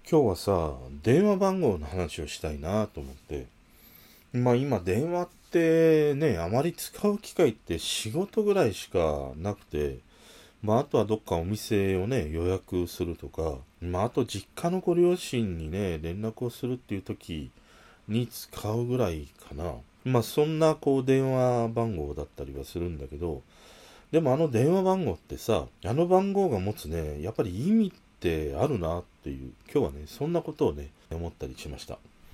今日はさ、電話番号の話をしたいなと思って。今電話ってね、あまり使う機会って仕事ぐらいしかなくて、あとはどっかお店をね、予約するとか、あと実家のご両親にね、連絡をするっていう時に使うぐらいかな。そんな電話番号だったりはするんだけど、でもあの電話番号ってさ、あの番号が持つね、やっぱり意味ってあるなっていう、今日はね、そんなことをね、思ったりしました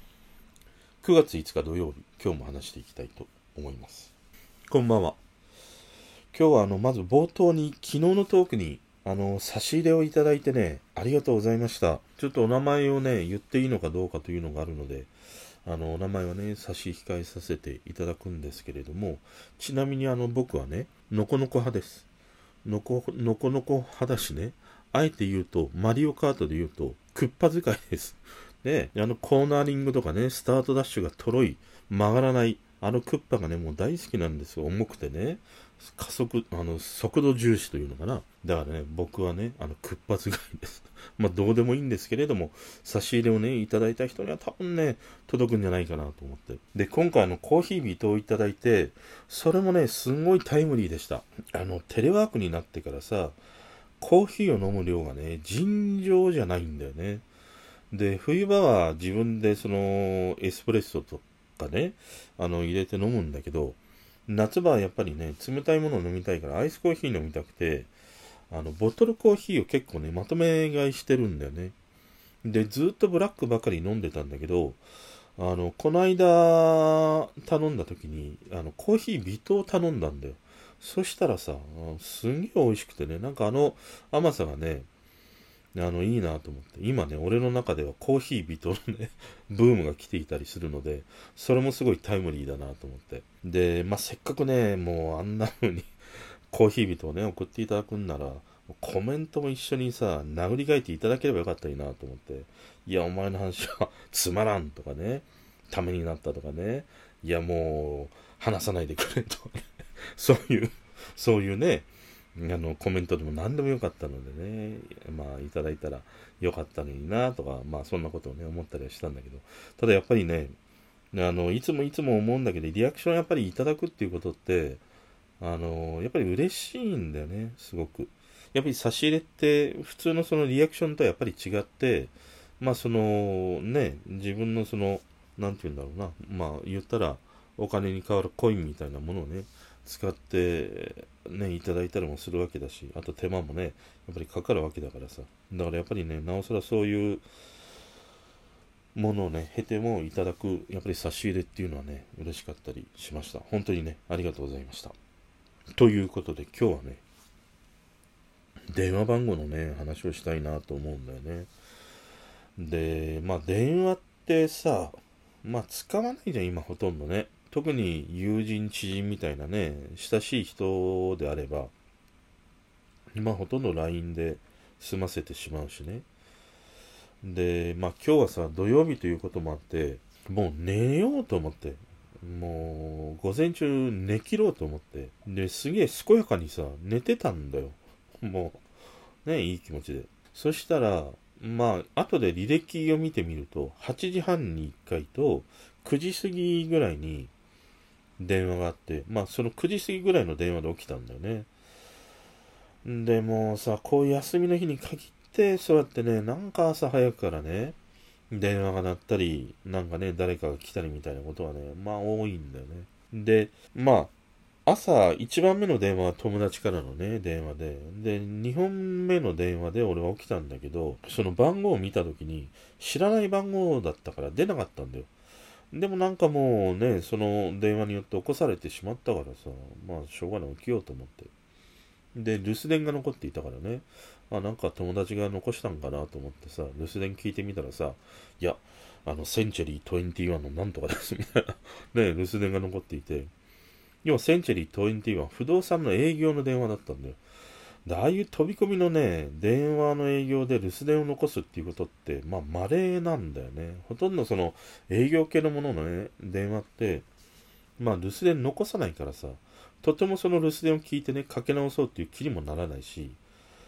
。9月5日土曜日、今日も話していきたいと思います。こんばんは。今日はまず冒頭に昨日のトークに差し入れをいただいてね、ありがとうございました。ちょっとお名前をね、言っていいのかどうかというのがあるので、お名前はね、差し控えさせていただくんですけれども、ちなみに僕はね、のこのこ派です。のこのこ派だしね、あえて言うと、マリオカートで言うと、クッパ使いです。で、コーナーリングとかね、スタートダッシュがとろい、曲がらない、クッパがね、もう大好きなんですよ。重くてね、加速、速度重視というのかな。だからね、僕はね、クッパ使いです。どうでもいいんですけれども、差し入れをね、いただいた人には多分ね、届くんじゃないかなと思って。で、今回コーヒー微糖をいただいて、それもね、すんごいタイムリーでした。テレワークになってからさ、コーヒーを飲む量がね、尋常じゃないんだよね。で、冬場は自分でエスプレッソとかね、入れて飲むんだけど、夏場はやっぱりね、冷たいものを飲みたいからアイスコーヒー飲みたくて、ボトルコーヒーを結構ね、まとめ買いしてるんだよね。で、ずっとブラックばかり飲んでたんだけど、この間頼んだ時に、コーヒー微糖頼んだんだよ。そしたらさ、すんげえ美味しくてね、なんか甘さがね、いいなと思って。今ね、俺の中ではコーヒー微糖のね、ブームが来ていたりするので、それもすごいタイムリーだなと思って。で、せっかくね、もうあんな風にコーヒー微糖ね、送っていただくんなら、コメントも一緒にさ、殴り書いていただければよかったらいいなと思って。いや、お前の話はつまらんとかね、ためになったとかね、いや、もう、話さないでくれとかね、そういうね、コメントでも何でもよかったのでね、いただいたらよかったのになとか、そんなことをね、思ったりはしたんだけど、ただやっぱりね、いつもいつも思うんだけど、リアクションやっぱりいただくっていうことって、やっぱり嬉しいんだよね、すごく。やっぱり差し入れって普通のそのリアクションとはやっぱり違って、自分のなんて言うんだろうな、言ったらお金に換わるコインみたいなものをね、使ってね、いただいたりもするわけだし、あと手間もね、やっぱりかかるわけだからさ。だからやっぱりね、なおさらそういうものをね、経てもいただく、やっぱり差し入れっていうのはね、嬉しかったりしました。本当にね、ありがとうございました。ということで今日はね、電話番号のね、話をしたいなと思うんだよね。で、電話ってさ、使わないじゃん、今ほとんどね。特に友人、知人みたいなね、親しい人であれば、ほとんど LINE で済ませてしまうしね。で、今日はさ、土曜日ということもあって、もう寝ようと思って、もう午前中寝切ろうと思って、で、すげえ健やかにさ、寝てたんだよ。もう、ね、いい気持ちで。そしたら、後で履歴を見てみると、8時半に1回と、9時過ぎぐらいに電話があって、その9時過ぎぐらいの電話で起きたんだよね。でもさ、こういう休みの日に限って、そうやってね、なんか朝早くからね、電話が鳴ったり、なんかね、誰かが来たりみたいなことはね、多いんだよね。で、朝1番目の電話は友達からのね、電話で、2本目の電話で俺は起きたんだけど、その番号を見た時に、知らない番号だったから出なかったんだよ。でもなんかもうね、その電話によって起こされてしまったからさ、しょうがない起きようと思って。で、留守電が残っていたからね、なんか友達が残したんかなと思ってさ、留守電聞いてみたらさ、いや、センチュリー21のなんとかですみたいな、ね、留守電が残っていて、要はセンチュリー21、不動産の営業の電話だったんだよ。で、ああいう飛び込みのね、電話の営業で留守電を残すっていうことって、稀なんだよね。ほとんどその営業系のもののね、電話って、留守電残さないからさ、とてもその留守電を聞いてね、かけ直そうっていう気にもならないし、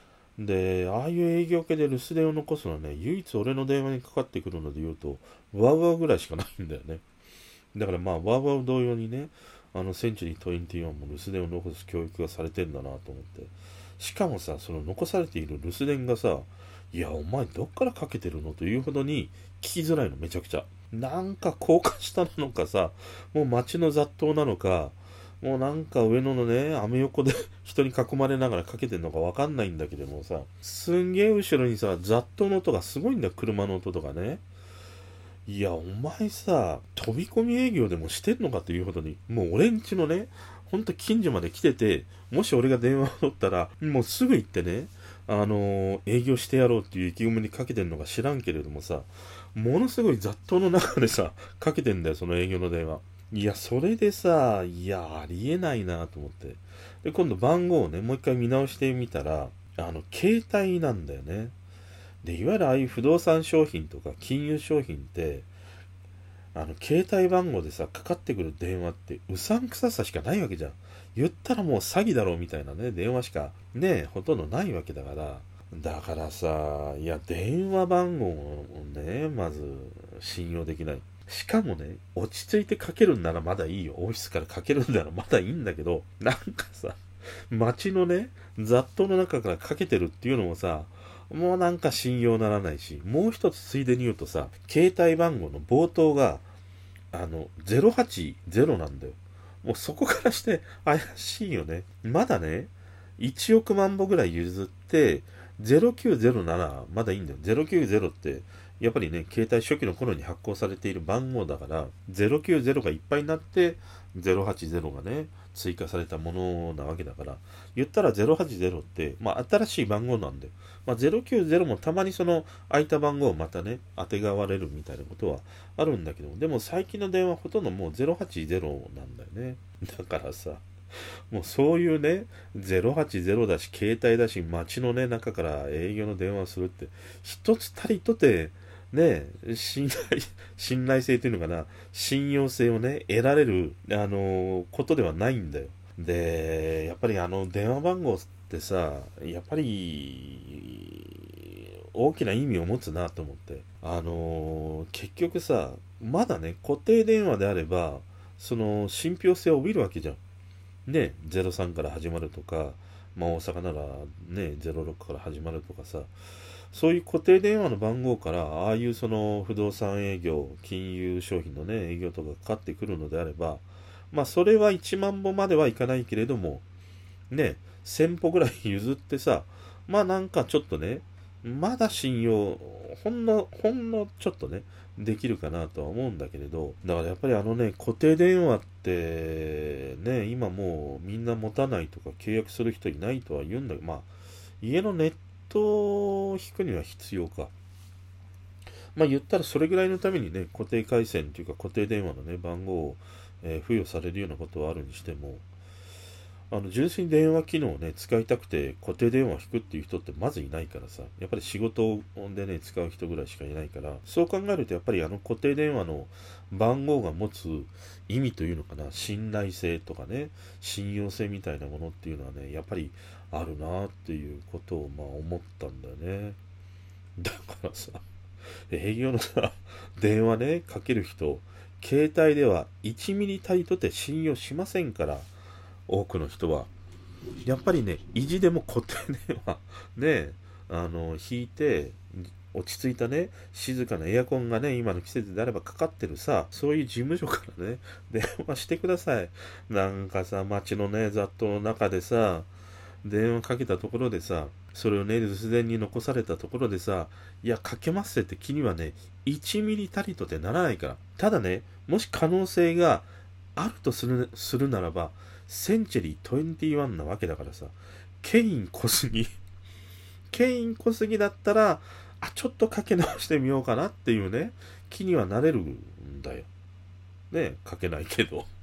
で、ああいう営業系で留守電を残すのはね、唯一俺の電話にかかってくるので言うと、ワウワウぐらいしかないんだよね。だからまあ、ワウワウ同様にね、センチュリー21も留守電を残す教育がされてんだなと思って。しかもさ、その残されている留守電がさ、いや、お前どっからかけてるのというほどに聞きづらいの、めちゃくちゃ。なんか高架下なのかさ、もう街の雑踏なのか、もうなんか上野のね、アメ横で人に囲まれながらかけてんのかわかんないんだけどもさ、すんげえ後ろにさ、雑踏の音がすごいんだよ、車の音とかね。いや、お前さ、飛び込み営業でもしてんのかというほどに、もう俺んちのね、ほんと近所まで来てて、もし俺が電話を取ったら、もうすぐ行ってね、営業してやろうっていう意気込みにかけてんのか知らんけれどもさ、ものすごい雑踏の中でさ、かけてんだよ、その営業の電話。いや、それでさ、いや、ありえないなと思って。で、今度番号をね、もう一回見直してみたら、携帯なんだよね。で、いわゆるああいう不動産商品とか金融商品って、携帯番号でさ、かかってくる電話ってうさんくささしかないわけじゃん。言ったらもう詐欺だろうみたいなね、電話しかね、ほとんどないわけだから。だからさ、いや、電話番号をね、まず信用できない。しかもね、落ち着いてかけるんならまだいいよ。オフィスからかけるんならまだいいんだけど、なんかさ、街のね、雑踏の中からかけてるっていうのもさ、もうなんか信用ならないし、もう一つついでに言うとさ、携帯番号の冒頭が、080なんだよ。もうそこからして怪しいよね。まだね、1億万歩ぐらい譲って、0907ならまだいいんだよ。090って、やっぱりね、携帯初期の頃に発行されている番号だから、090がいっぱいになって、080がね、追加されたものなわけだから、言ったら080って、まあ新しい番号なんだよ。まあ090もたまにその空いた番号をまたね、当てがわれるみたいなことはあるんだけど、でも最近の電話ほとんどもう080なんだよね。だからさ、もうそういうね、080だし、携帯だし、街のね、中から営業の電話をするって、一つたりとて、ね、信頼性というのかな、信用性をね、得られる、ことではないんだよ。で、やっぱり電話番号ってさ、やっぱり、大きな意味を持つなと思って。結局さ、まだね、固定電話であれば、その、信憑性を帯びるわけじゃん。ね、03から始まるとか、まあ大阪ならね、06から始まるとかさ、そういう固定電話の番号から、ああいうその不動産営業、金融商品のね、営業とかかかってくるのであれば、まあそれは1万歩まではいかないけれども、ね、1000歩ぐらい譲ってさ、まあなんかちょっとね、まだ信用、ほんのちょっとね、できるかなとは思うんだけれど、だからやっぱり固定電話ってね、今もうみんな持たないとか契約する人いないとは言うんだけど、まあ、家のネットを引くには必要か。まあ言ったらそれぐらいのためにね、固定回線というか固定電話のね、番号を、付与されるようなことはあるにしても、純粋に電話機能をね、使いたくて固定電話を引くっていう人ってまずいないからさ、やっぱり仕事でね、使う人ぐらいしかいないから、そう考えるとやっぱり固定電話の番号が持つ意味というのかな、信頼性とかね、信用性みたいなものっていうのはね、やっぱりあるなっていうことをまあ思ったんだよね。だからさ、営業のさ、電話ね、かける人、携帯では1ミリたりとて信用しませんから、多くの人は。やっぱりね、意地でも固定電話、ね、引いて、落ち着いたね、静かなエアコンがね、今の季節であればかかってるさ、そういう事務所からね、電話してください。なんかさ、街のね、雑踏の中でさ、電話かけたところでさ、それをね、留守電に残されたところでさ、いや、かけますって気にはね、1ミリたりとてならないから。ただね、もし可能性があるとするならば、センチュリー21なわけだからさ、ケイン小杉、ケイン小杉だったら、ちょっとかけ直してみようかなっていうね、気にはなれるんだよ。ね、かけないけど。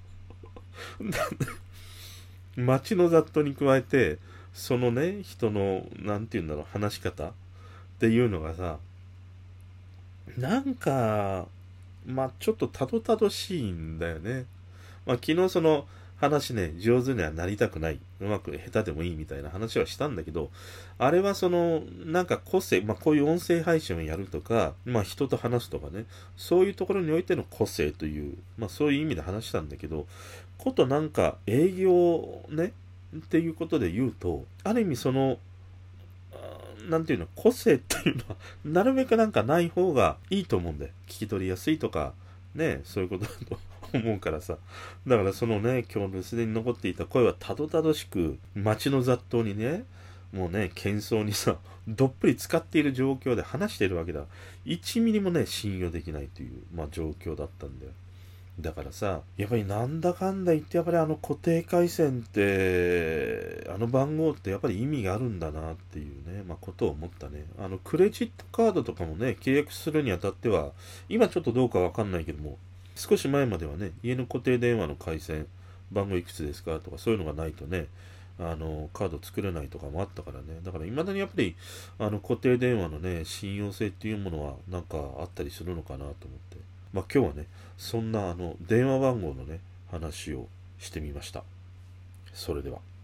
街の雑踏に加えて、そのね、人の、なんて言うんだろう、話し方っていうのがさ、なんか、まあちょっとたどたどしいんだよね。まあ昨日その話ね、上手にはなりたくない。うまく下手でもいいみたいな話はしたんだけど、あれはその、なんか個性、こういう音声配信をやるとか、人と話すとかね、そういうところにおいての個性という、そういう意味で話したんだけど、ことなんか営業ね、っていうことで言うと、ある意味その、なんていうの、個性っていうのは、なるべくなんかない方がいいと思うんだよ。聞き取りやすいとか、ね、そういうことだと思うからさ。だからそのね、今日留守電に残っていた声はたどたどしく、街の雑踏にね、もうね、喧騒にさ、どっぷり使っている状況で話しているわけだ。1ミリもね、信用できないという、状況だったんだよ。だからさ、やっぱりなんだかんだ言ってやっぱりあの固定回線ってあの番号ってやっぱり意味があるんだなっていうね、ことを思ったね。クレジットカードとかもね、契約するにあたっては、今ちょっとどうかわかんないけども、少し前まではね、家の固定電話の回線番号いくつですかとかそういうのがないとね、カード作れないとかもあったからね。だから未だにやっぱり固定電話のね、信用性っていうものはなんかあったりするのかなと思って。今日はね、そんな電話番号のね、話をしてみました。それでは。